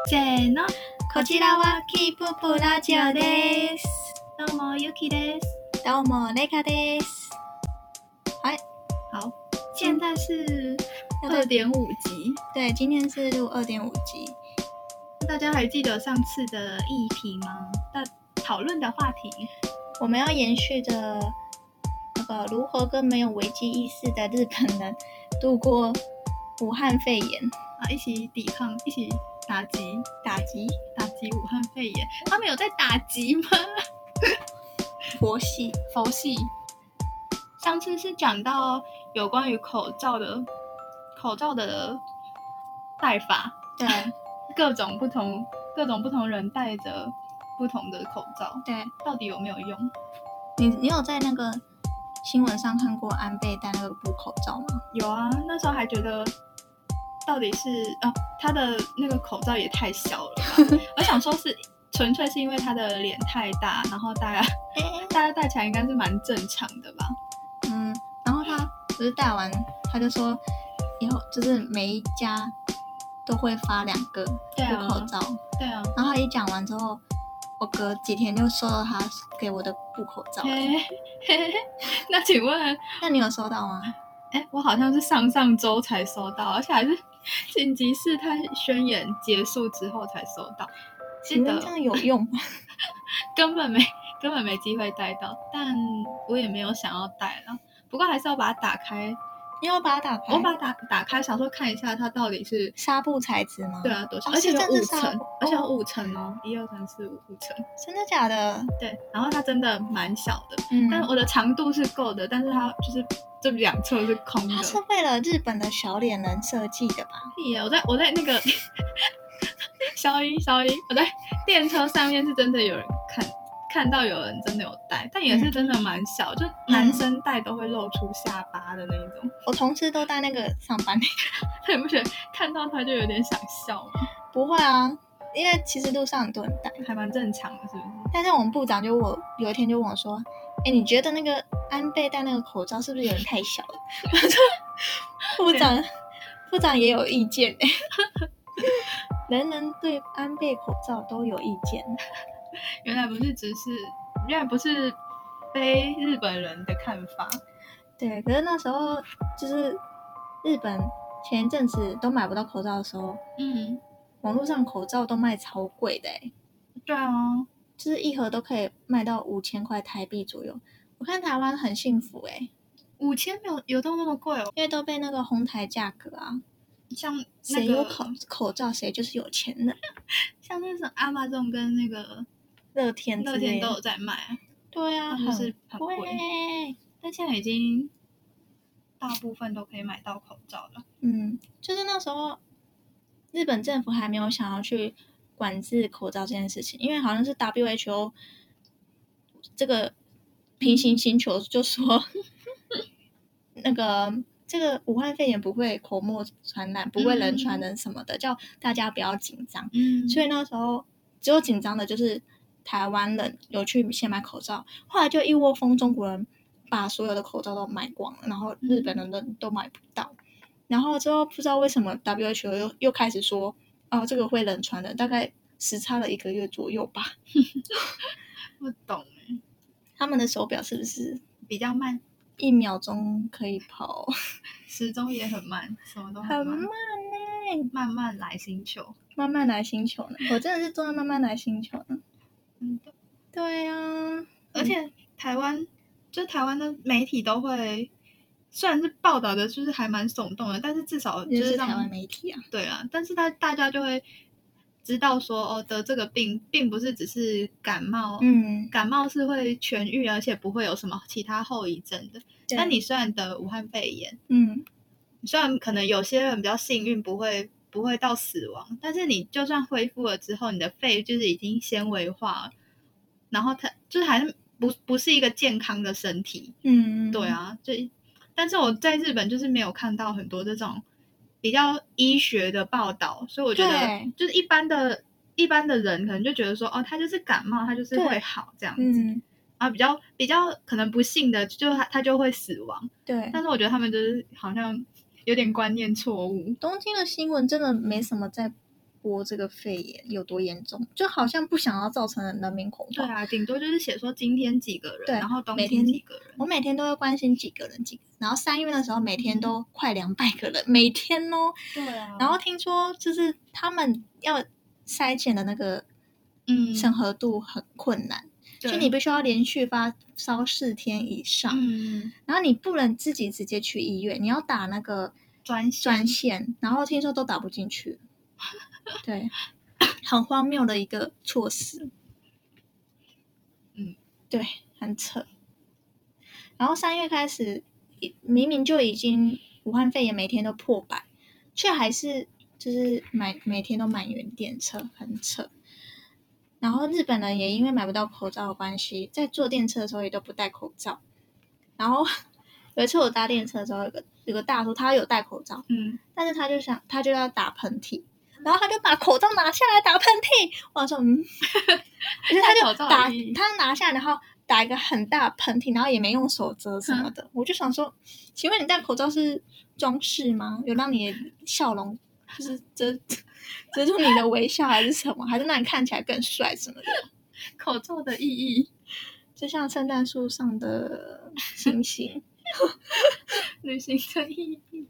せーの、こちらはキープップラジオです。どうもゆきです。 どうもレカです。 好，现在是2.5集。 对，今天是录2.5集。 大家还记得上次的议题吗？讨论的话题， 我们要延续着那个如何跟没有危机意识的日本人度过武汉肺炎一起抵抗，一起打击武汉肺炎。他们有在打击吗？ 佛系。 上次是讲到有关于口罩的戴法， 对， 各种不同人戴着不同的口罩， 对， 到底有没有用？ 你有在那个新闻上看过安倍戴那个布口罩吗？ 有啊，那时候还觉得到底是他的那个口罩也太小了吧？我想说是纯粹是因为他的脸太大，然后大家戴起来应该是蛮正常的吧？ 然后他不是戴完，他就说以后就是每一家都会发2个布口罩。 对啊。 然后他一讲完之后，我隔几天就收到他给我的布口罩。 那请问， 那你有收到吗？ 我好像是上周才收到，而且还是紧急事态宣言结束之后才收到。 请问这样有用吗？ 根本没机会戴到，但我也没有想要戴了。不过还是要把它打开。 你要把它打开？ 我把它打开，想说看一下它到底是纱布材质吗？ 对啊，多少？而且有5层，而且有5层哦，1、2、3、4、5层。 真的假的？对。 然后它真的蛮小的，但我的长度是够的，但是它就是这2侧是空的。 它是为了日本的小脸人设计的吧？ 我在那个小英，我在电车上面是真的有人看到有人真的有戴，但也是真的蛮小，就男生戴都会露出下巴的那种。 我同事都戴那个上班那个， 他不觉得看到他就有点想笑吗？ 不会啊，因为其实路上很多人戴，还蛮正常的，是不是？ 但是我们部长有一天就问我说：“你觉得那个安倍戴那个口罩是不是有点太小了？”部长也有意见人人对安倍口罩都有意见。 原来不是非日本人的看法。 对，可是那时候就是日本前一阵子都买不到口罩的时候，网络上口罩都卖超贵的对啊， 就是一盒都可以卖到5000块台币左右。我看台湾很幸福 5000有到那么贵哦？ 因为都被那个哄抬价格啊， 像谁有口罩谁就是有钱人。 像那种 Amazon 跟那个乐天都有在卖。 对啊， 就是很贵，但现在已经大部分都可以买到口罩了。 就是那时候日本政府还没有想要去管制口罩这件事情，因为好像是 WHO 这个平行星球就说那个这个武汉肺炎不会口沫传染，不会人传人什么的，叫大家不要紧张。所以那时候只有紧张的就是台湾人有去先买口罩，后来就一窝蜂中国人把所有的口罩都买光了，然后日本人都买不到。然后之后不知道为什么 WHO 又开始说这个会人传人，大概时差了1个月左右吧。 不懂他们的手表是不是比较慢 ？1秒钟可以跑， 时钟也很慢，什么都很慢慢慢来星球呢。我真的是做到慢慢来星球呢。对啊， 而且台湾的媒体都会，虽然是报道的就是还蛮耸动的，但是至少就是台湾媒体啊。 对啊，但是大家就会知道说得这个病并不是只是感冒，感冒是会痊愈，而且不会有什么其他后遗症的。但你虽然得武汉肺炎，虽然可能有些人比较幸运不会到死亡，但是你就算恢复了之后，你的肺就是已经纤维化了，然后它就是还是不是一个健康的身体。对啊，但是我在日本就是没有看到很多这种比较医学的报道，所以我觉得就是一般的人可能就觉得说他就是感冒，他就是会好这样子。比较可能不幸的就他就会死亡。对，但是我觉得他们就是好像有点观念错误。 东京的新闻真的没什么在播这个肺炎有多严重，就好像不想要造成人民恐慌。 对啊，顶多就是写说今天几个人，然后东京几个人。 我每天都会关心几个人，然后3月的时候每天都快200个人，每天哦。 对啊。 然后听说就是他们要筛检的那个审核度很困难，就你必须要连续发烧4天以上，然后你不能自己直接去医院，你要打那个专线，然后听说都打不进去。对，很荒谬的一个措施。对，很扯。然后3月开始，明明就已经武汉肺炎每天都破100，却还是就是每天都满员电车，很扯。然后日本人也因为买不到口罩的关系，在坐电车的时候也都不戴口罩。然后有一次我搭电车的时候，有个大叔他有戴口罩，但是他就要打喷嚏，然后他就把口罩拿下来打喷嚏。我说而且他就他拿下来，然后打一个很大喷嚏，然后也没用手遮什么的。我就想说，请问你戴口罩是装饰吗？有让你的笑容就是遮住你的微笑，还是什么？还是让你看起来更帅什么的？ 口罩的意义就像圣诞树上的星星， 旅行的意义，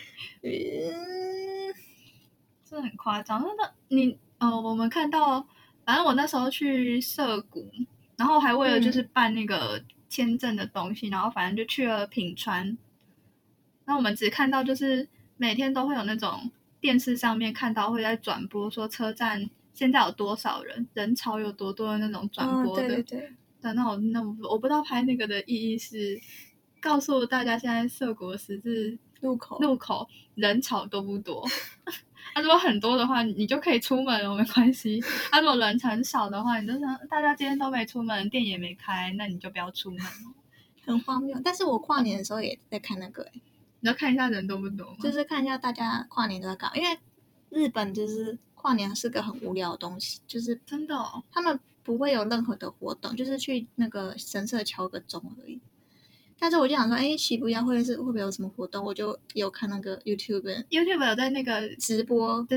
这很夸张。我们看到，反正我那时候去涩谷，然后还为了就是办那个签证的东西，然后反正就去了品川。那我们只看到就是每天都会有那种电视上面看到会在转播说车站现在有多少人潮有多多的那种转播的。 对。 那我不知道拍那个的意义是告诉大家现在涩谷的十字路口人潮多不多。如果很多的话你就可以出门了，没关系。如果人很少的话，你就想大家今天都没出门，店也没开，那你就不要出门了。 很荒谬。但是我跨年的时候也在看那个你要看一下人多不多吗？ 就是看一下大家跨年都在干嘛，因为日本就是跨年是个很无聊的东西，就是真的他们不会有任何的活动，就是去那个神社敲个钟而已。但是我就想说，喜不亚会不会有什么活动？我就有看那个 YouTube 有在那个直播， 对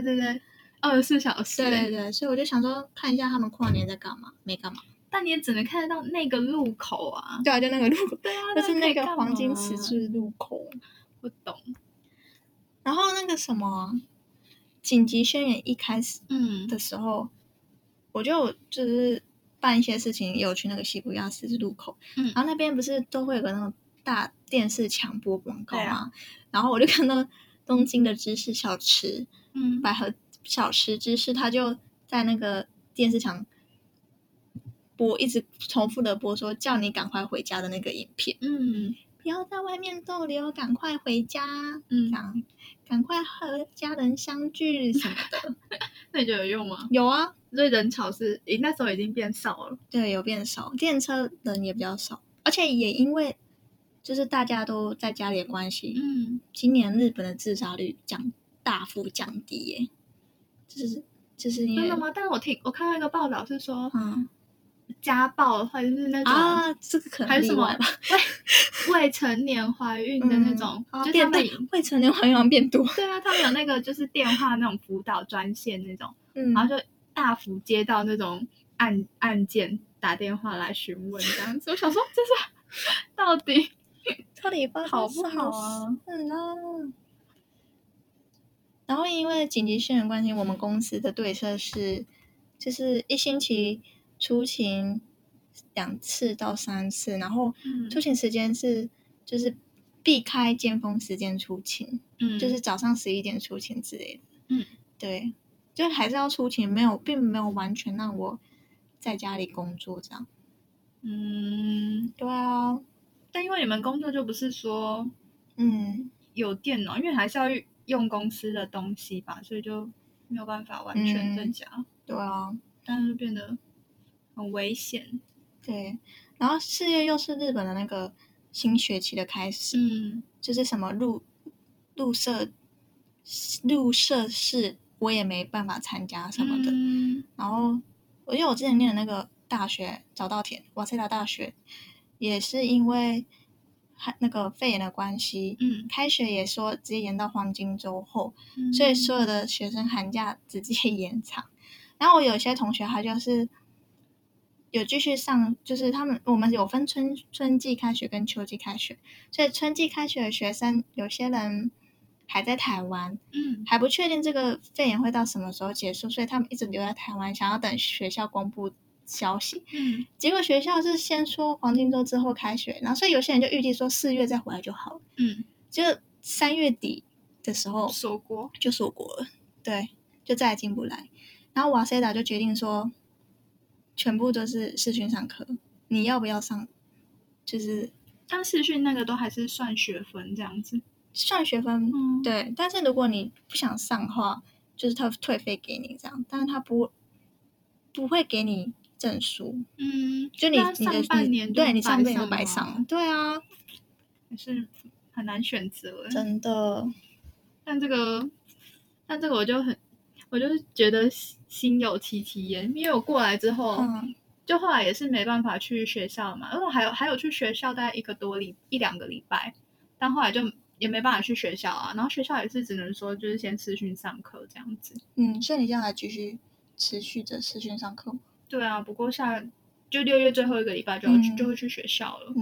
，24小时， 对，所以我就想说看一下他们跨年在干嘛，没干嘛。 但你也只能看得到那个路口啊。 对啊，就那个路口， 对啊， 就是那个黄金十字路口。 不懂。 然后那个什么紧急宣言一开始的时候，我就是办一些事情，有去那个西布亚十字路口，然后那边不是都会有个那种大电视强播广告吗？然后我就看到东京的芝士小吃，百合小吃芝士，他就在那个电视墙播，一直重复的播说叫你赶快回家的那个影片。不要在外面逗留，赶快回家，这样赶快和家人相聚什么的。 那你觉得有用吗？ 有啊， 所以人潮是那时候已经变少了。 对，有变少，电车人也比较少，而且也因为就是大家都在家里的关系，今年日本的自杀率大幅降低耶，就是因为真的吗？但是我看到一个报道是说，家暴或者是那种这个可能还是什么未成年怀孕的那种，就他们未成年怀孕变多。 对啊，他们有那个就是电话那种辅导专线那种，然后就大幅接到那种案件打电话来询问这样子。我想说，这是到底好不好啊？ 然后因为紧急宣言关系，我们公司的对策是，就是1星期出勤2次到3次，然后出勤时间是就是避开尖峰时间出勤，就是早上11点出勤之类的。对，就还是要出勤，并没有完全让我在家里工作这样。对啊， 但因为你们工作就不是说有电脑，因为还是要用公司的东西吧，所以就没有办法完全在家。 对啊， 但是变得很危险。 对，然后4月又是日本的那个新学期的开始，就是什么入社式我也没办法参加什么的。然后因为我之前念的那个大学早稻田瓦塞达大学，也是因为那个肺炎的关系，开学也说直接延到黄金周后，所以所有的学生寒假直接延长。然后我有些同学他就是有继续上，就是我们有分春季开学跟秋季开学，所以春季开学的学生有些人还在台湾，还不确定这个肺炎会到什么时候结束，所以他们一直留在台湾，想要等学校公布消息。结果学校是先说黄金周之后开学，然后所以有些人就预计说4月再回来就好了。就3月底的时候锁国了，对，就再也进不来。然后瓦塞达就决定说，全部都是视讯上课，你要不要上？就是但视讯那个都还是算学分这样子， 算学分，对。但是如果你不想上的话，就是他退费给你这样，但是他不会给你证书。就你上半年对你上半年就白上，对啊， 也是很难选择， 真的。 但这个我就是觉得心有戚戚焉，因为我过来之后，就后来也是没办法去学校嘛，因为我还有去学校大概1-2个礼拜，但后来就也没办法去学校啊，然后学校也是只能说就是先视讯上课这样子。 所以你这样还继续持续着视讯上课吗？ 对啊，不过就6月最后1个礼拜就会去学校了。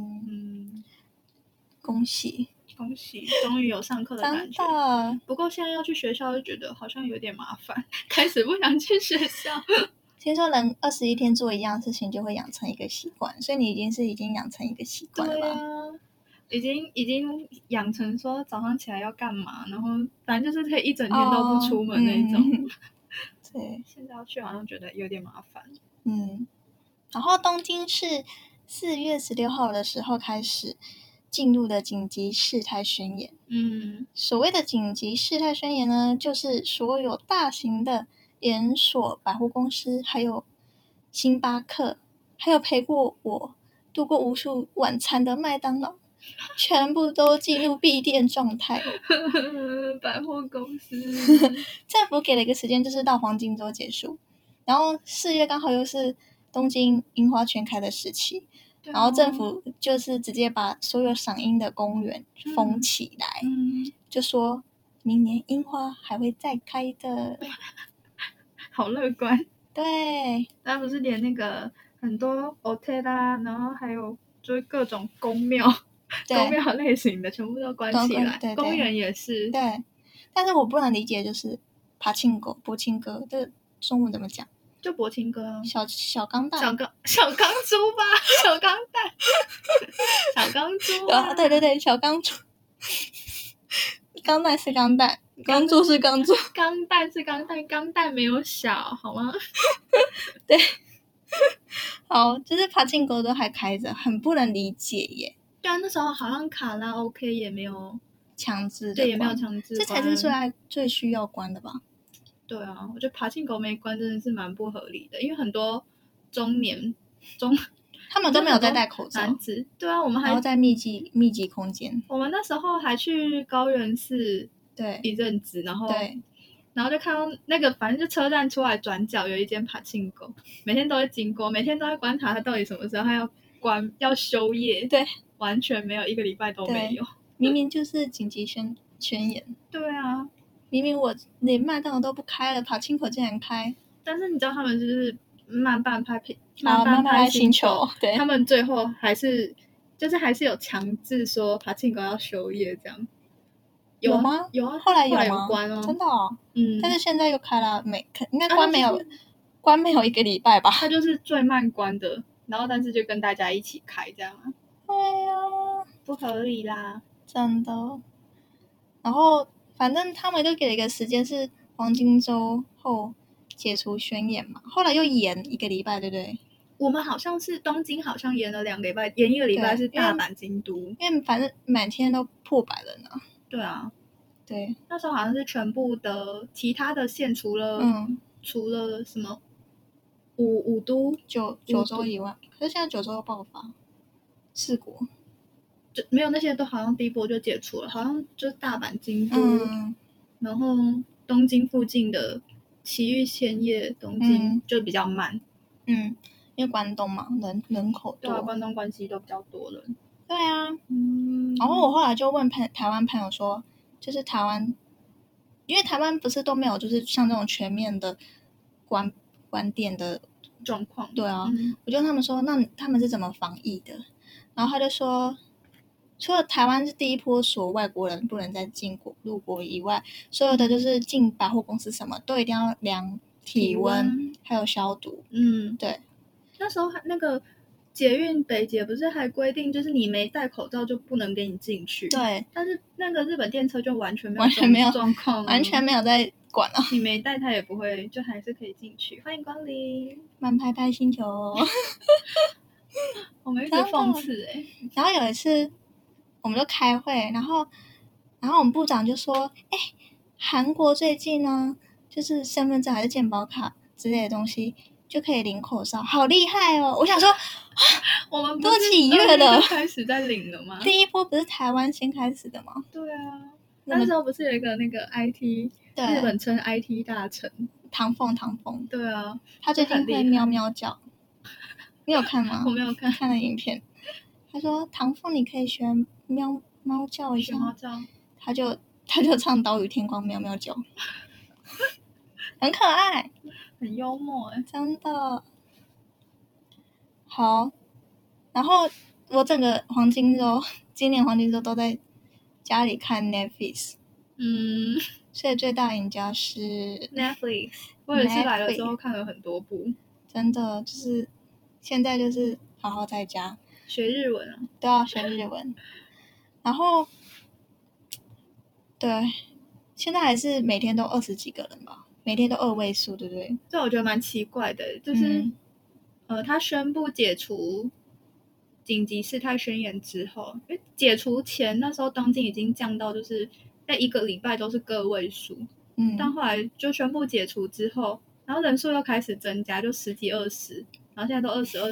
恭喜， 终于有上课的感觉。不过现在要去学校就觉得好像有点麻烦，开始不想去学校。 听说人21天做一样事情就会养成一个习惯，所以你已经养成一个习惯了吧？ 对啊，已经养成说早上起来要干嘛，然后反正就是可以一整天都不出门那种。 对， 现在要去好像觉得有点麻烦。 然后东京是4月16号的时候开始进入的紧急事态宣言。所谓的紧急事态宣言呢，就是所有大型的连锁百货公司，还有星巴克，还有陪过我度过无数晚餐的麦当劳，全部都进入闭店状态。 百货公司政府给了一个时间，就是到黄金周结束，然后4月刚好又是东京樱花全开的时期，然后政府就是直接把所有赏樱的公园封起来，就说明年樱花还会再开的。 好乐观。 对， 那不是连那个很多 hotel 啦，然后还有就是各种宫庙类型的全部都关起来，对，公园也是。 对，但是我不能理解就是柏青哥这中文怎么讲？ 就柏青哥， 小钢蛋， 小钢珠吧，小钢蛋，小钢珠啊，对，小钢珠，钢蛋是钢蛋，钢珠是钢珠， 钢蛋是钢蛋，钢蛋没有小，好吗？ 对，好，就是柏青哥都还开着，很不能理解耶。 对啊，那时候好像卡拉 OK 也没有强制的， 对，也没有强制， 这才是最需要关的吧？ 对啊，我觉得爬进狗没关真的是蛮不合理的，因为很多中年他们都没有在戴口罩， 男子对啊，我们还然后在密集空间。 我们那时候还去高原寺对一阵子，然后对， 然后就看到那个反正就车站出来转角有一间爬进狗，每天都会经过，每天都在观察它到底什么时候它要休业， 对， 完全没有1个礼拜都没有， 明明就是紧急宣言。 对啊。 明明我连麦当劳都不开了，爬青口竟然开。 但是你知道他们就是慢半拍星球，对， 他们最后还是有强制说爬青狗要休业这样。 有吗？ 有啊， 后来有吗？ 关哦， 真的哦。但是现在又开了，应该关没有1个礼拜吧？ 它就是最慢关的，然后但是就跟大家一起开这样。 对呀， 不合理啦， 真的。然后反正他们就给了一个时间是黄金周后解除宣言嘛，后来又延1个礼拜，对不对？ 我们好像是东京好像延了2个礼拜，延1个礼拜是大阪、京都， 因为反正每天都破100人啊。 对啊， 对， 那时候好像是全部的其他的县除了什么五都九州以外，可是现在九州又爆发4国。 就没有那些都好像第一波就解除了，好像就是大阪、京都，然后东京附近的埼玉千叶、东京就比较慢。 因为关东嘛，人口多， 对啊，关东关西都比较多人。 对啊，然后我后来就问台湾朋友说，就是台湾，因为台湾不是都没有就是像这种全面的关店的状况， 对啊，我就问他们说，那他们是怎么防疫的？然后他就说，除了台湾是第一波说外国人不能再入国以外，所有的就是进百货公司什么都一定要量体温还有消毒。对。 那时候那个捷运北捷不是还规定，就是你没戴口罩就不能给你进去。 对。 但是那个日本电车就完全没有状况， 完全没有在管了。 你没戴它也不会，就还是可以进去。欢迎光临慢拍拍星球。 我们一直讽刺然后有一次我们就开会，然后我们部长就说：“韩国最近呢，就是身份证还是健保卡之类的东西就可以领口罩，好厉害哦！”我想说， 我们都几月了， 开始在领了吗？ 第一波不是台湾先开始的吗？ 对啊，那时候不是有一个那个 IT， 日本称 IT 大臣唐凤。 对啊， 他最近会喵喵叫。你有看吗？ 我没有看了影片。他说：“唐凤，你可以学喵猫叫一下。” 猫叫。 他就唱《岛屿天光》喵喵叫，很可爱， 很幽默真的。好，然后我整个今年黄金周都在家里看 Netflix。所以最大赢家是 Netflix。我也是来了之后看了很多部， 真的就是现在就是好好在家学日文啊。 对啊，学日文。然后对，现在还是每天都20几个人吧，每天都2位数，对不对？ 这我觉得蛮奇怪的，就是他宣布解除紧急事态宣言之后，因为解除前那时候东京已经降到就是在1个礼拜都是个位数，但后来就宣布解除之后，然后人数又开始增加，就10几20，然后现在都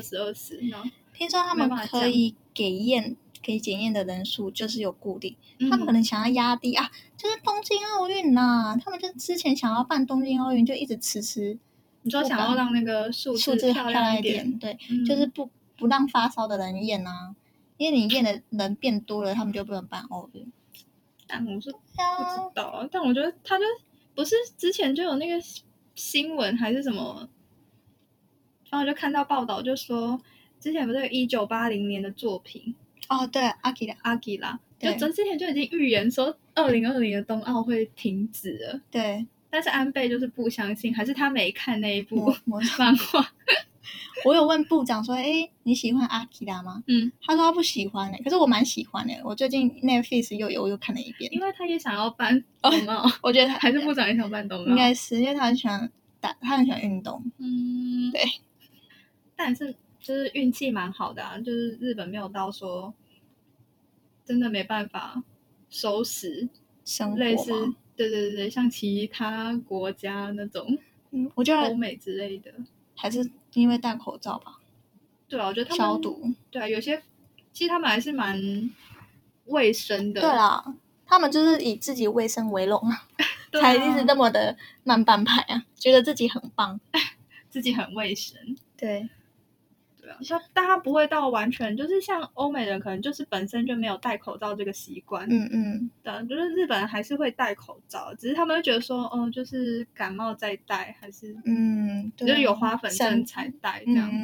20，然后听说他们可以给检验的人数就是有固定，他们可能想要压低啊，就是东京奥运呐，他们就之前想要办东京奥运就一直迟。 你说想要让那个数字漂亮一点， 对，就是不让发烧的人验啊，因为你验的人变多了，他们就不能办奥运。 但我是不知道啊，但我觉得他就不是之前就有那个新闻还是什么，然后就看到报道就说之前不是有1980年的作品对，阿基拉， 就之前就已经预言说2020的冬奥会停止了， 对， 但是安倍就是不相信，还是他没看那一部漫画。 我有问部长说：“你喜欢阿基拉吗？”他说他不喜欢可是我蛮喜欢的。我最近 Netflix 又看了一遍， 因为他也想要办冬奥。 我觉得还是部长也想办冬奥， 应该是因为他很喜欢运动。对。 但是就是运气蛮好的啊，就是日本没有到说真的没办法收拾生活类似对，像其他国家那种， 我觉得欧美之类的， 还是因为戴口罩吧。 对啊，我觉得他们消毒， 对啊，有些其实他们还是蛮卫生的。 对啦，他们就是以自己卫生为荣才一直那么的慢半拍啊，觉得自己很棒， 自己很卫生。 对啊，但他不会到完全就是像欧美人可能就是本身就没有戴口罩这个习惯。对，就是日本人还是会戴口罩，只是他们会觉得说就是感冒再戴，还是就是有花粉症才戴这样。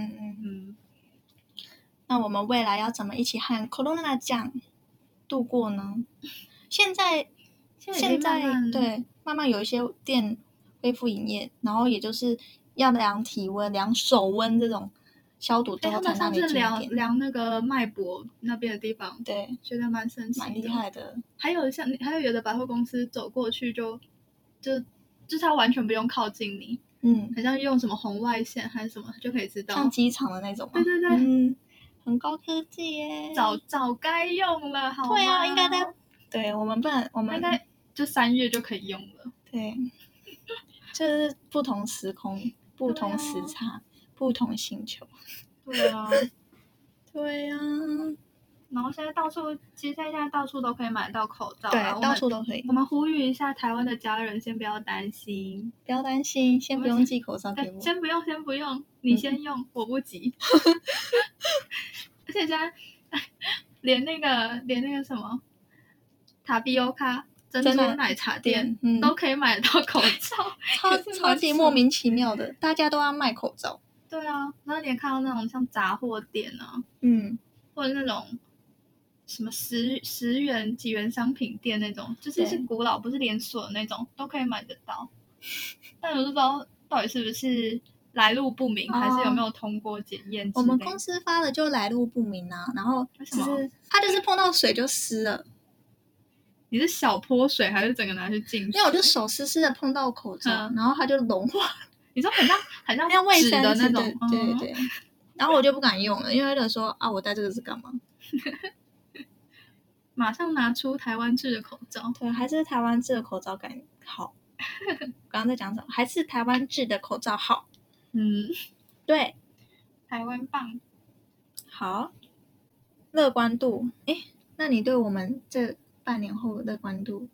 那我们未来要怎么一起和 Corona 酱度过呢？现在对，慢慢有一些店恢复营业，然后也就是要量体温、量手温这种消毒之后才让你进店。 量那个脉搏那边的地方， 对， 觉得蛮神奇的， 蛮厉害的。 还有有的百货公司走过去就是他完全不用靠近你，好像用什么红外线还是什么就可以知道， 像机场的那种。 对， 很高科技耶， 早该用了，好吗？ 对啊，应该对我们应该就3月就可以用了。 对，就是不同时空、不同时差、不同星球。 对啊， 对啊。 然后现在其实现在到处都可以买到口罩， 对，到处都可以。 我们呼吁一下台湾的家人，先不要担心， 先不用寄口罩给我。 先不用，你先用，我不急。而且现在连那个什么塔比欧卡珍珠奶茶店都可以买得到口罩， 超级莫名其妙的，大家都要卖口罩。 对啊，然后你也看到那种像杂货店啊，或者那种什么10元几元商品店那种，就是古老不是连锁的那种，都可以买得到。但我不知道到底是不是来路不明，还是有没有通过检验。 我们公司发的就来路不明啊，然后就是它就是碰到水就湿了。 你是小泼水还是整个拿去浸水？ 因为我就手湿湿的碰到口罩，然后它就融化。 你说很像卫生的那种， 对。然后我就不敢用了，因为就说啊，我戴这个是干嘛？ 马上拿出台湾制的口罩。 对，还是台湾制的口罩感好。刚刚在讲什么？还是台湾制的口罩好。对， 台湾棒。 好，乐观度。那你对我们这半年后的乐观度？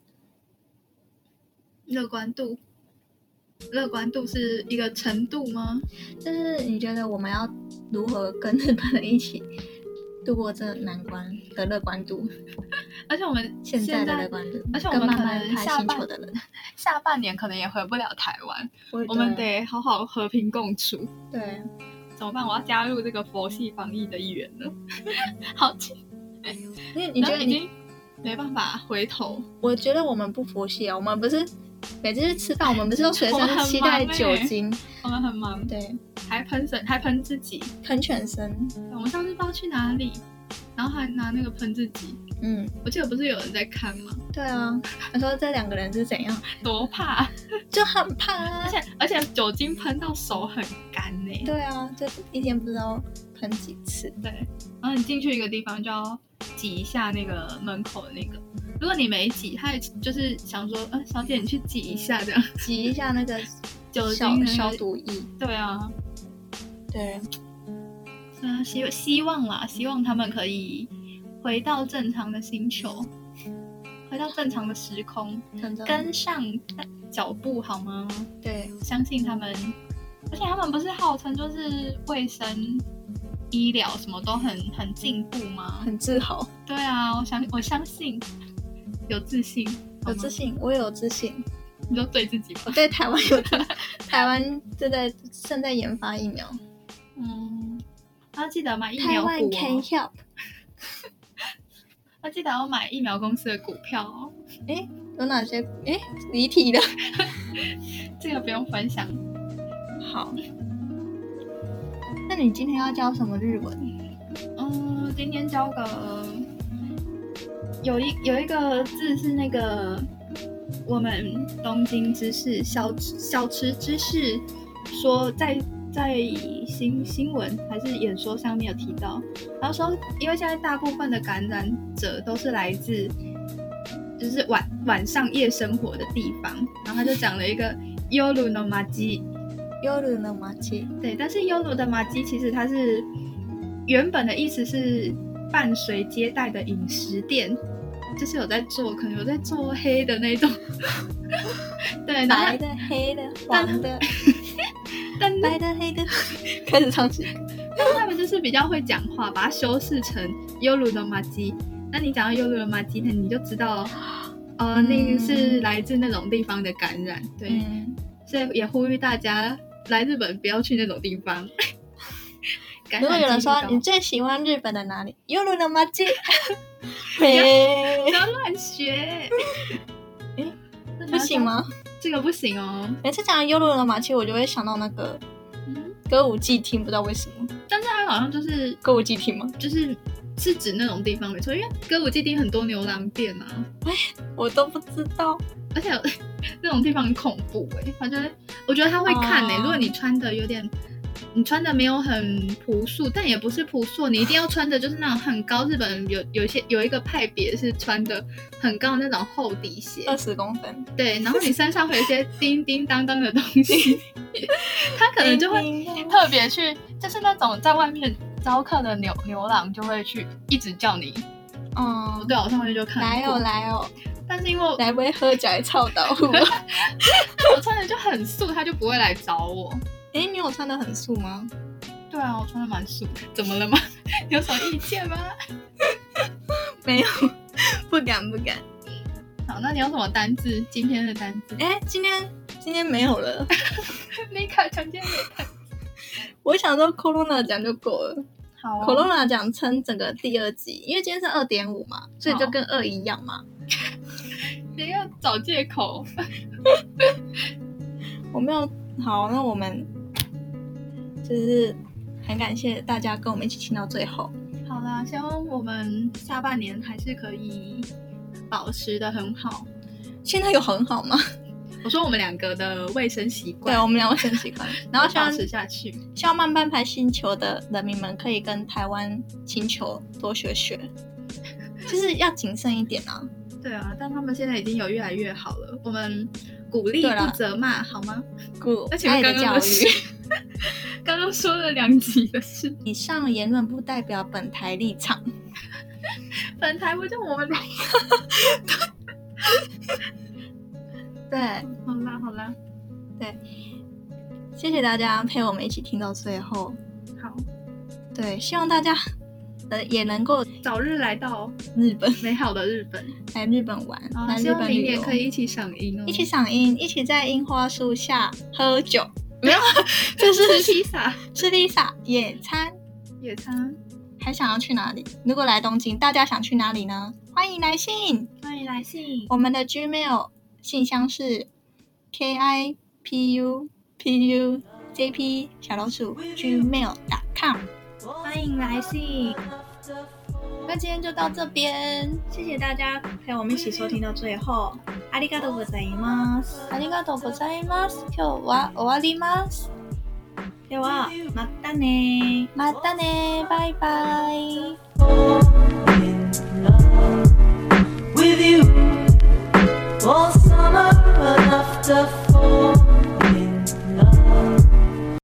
乐观度是一个程度吗？ 就是你觉得我们要如何跟日本人一起度过这难关的乐观度？ 而且我们现在的乐观度， 而且我们慢慢拍星球的人， 下半年可能也回不了台湾，我们得好好和平共处。 对， 怎么办？我要加入这个佛系防疫的一员了。好气！ 因为你觉得已经没办法回头。 我觉得我们不佛系啊，我们不是每次吃饭，我们不是都随身携带酒精？ 我们很忙， 对， 还喷自己， 喷全身。 我们上次不知道去哪里，然后还拿那个喷自己。我记得不是有人在看吗？ 对啊，他说这2个人是怎样， 多怕， 就很怕啊。 而且酒精喷到手很干呢。 对啊，就一天不知道喷几次。 对，然后你进去一个地方就要挤一下那个门口的那个。如果你没挤，他也就是想说，小姐你去挤一下，这样挤一下那个酒精消毒液。 对啊， 对， 希望他们可以回到正常的星球，回到正常的时空，跟上脚步好吗？ 对， 相信他们，而且他们不是号称就是卫生医疗什么都很进步吗？ 很自豪。 对啊，我相信。有自信， 我也有自信。 你说对自己吗？ 我对台湾有自信，台湾正在研发疫苗。 要记得买疫苗股哦。 台湾 can help。 要记得要买疫苗公司的股票哦。 有哪些？离题了。 这个不用分享。 好。那你今天要教什么日文？ 今天教个。有一个字是那个我们东京知识小池知识说在新闻还是演说上面有提到，然后说因为现在大部分的感染者都是来自就是晚上夜生活的地方，然后他就讲了一个夜の街。对，但是夜の街其实它是原本的意思是伴随接待的饮食店。就是可能有在做黑的那种，对， 白的、黑的、黄的，白的、黑的，开始唱起。 但是他们就是比较会讲话，把它修饰成夜の街。那你讲到夜の街呢，你就知道，那个是来自那种地方的感染，对，所以也呼吁大家来日本不要去那种地方。 如果有人说你最喜欢日本的哪里？夜の街。 不要乱学。 不行吗？ 这个不行哦。 每次讲夜の街，我就会想到那个歌舞伎町，不知道为什么。 但是它好像就是歌舞伎町吗？ 是指那种地方没错，因为歌舞伎町很多牛郎店啊。 我都不知道。 而且那种地方很恐怖我觉得他会看如果你穿的你穿的没有很朴素，但也不是朴素，你一定要穿的就是那种很高。日本有一个派别是穿的很高的那种厚底鞋 ，20公分。 对，然后你身上会有一些叮叮当当的东西，他可能就会特别去，就是那种在外面招客的牛郎就会去一直叫你。对，我上回就看过。 来哦。 但是因为来杯喝起来臭豆腐， 我穿的就很素，他就不会来找我。 你有穿的很素吗？ 对啊，我穿的蛮素的，怎么了吗？有什么意见吗？ 没有，不敢。 好，那你有什么单字？今天的单字？ 今天没有了。 没卡奖，今天没卡。 我想说 Corona 奖就够了。 好哦 ，Corona 奖撑整个第2集，因为今天是 2.5 嘛，所以就跟2一样嘛。 你要找借口。 我没有。好，那我们就是很感谢大家跟我们一起听到最后。 好啦，希望我们下半年还是可以保持的很好。 现在有很好吗？ 我说我们2个的卫生习惯。 对，我们2个卫生习惯，然后保持下去。 希望慢半拍星球的人民们可以跟台湾星球多学，就是要谨慎一点啊。 对啊，但他们现在已经有越来越好了。我们鼓励不责骂，好吗？ 爱的教育。 刚刚说了2集的事。 以上言论不代表本台立场。 本台不就我们2个？ 对， 好啦， 对，谢谢大家陪我们一起听到最后。 好， 对，希望大家也能够早日来到日本， 美好的日本， 来日本玩，来日本旅游，希望明年可以一起赏樱一起在樱花树下喝酒，没有， 就是吃披萨， 野餐。 还想要去哪里？如果来东京，大家想去哪里呢？欢迎来信。我们的 Gmail 信箱是 KIPUPUJP@gmail.com， 欢迎来信。那今天就到这边， 谢谢大家陪我们一起收听到最后。ありがとうございます。 今日は終わります。 ではまたね、 バイバイ。 With you all summer, but after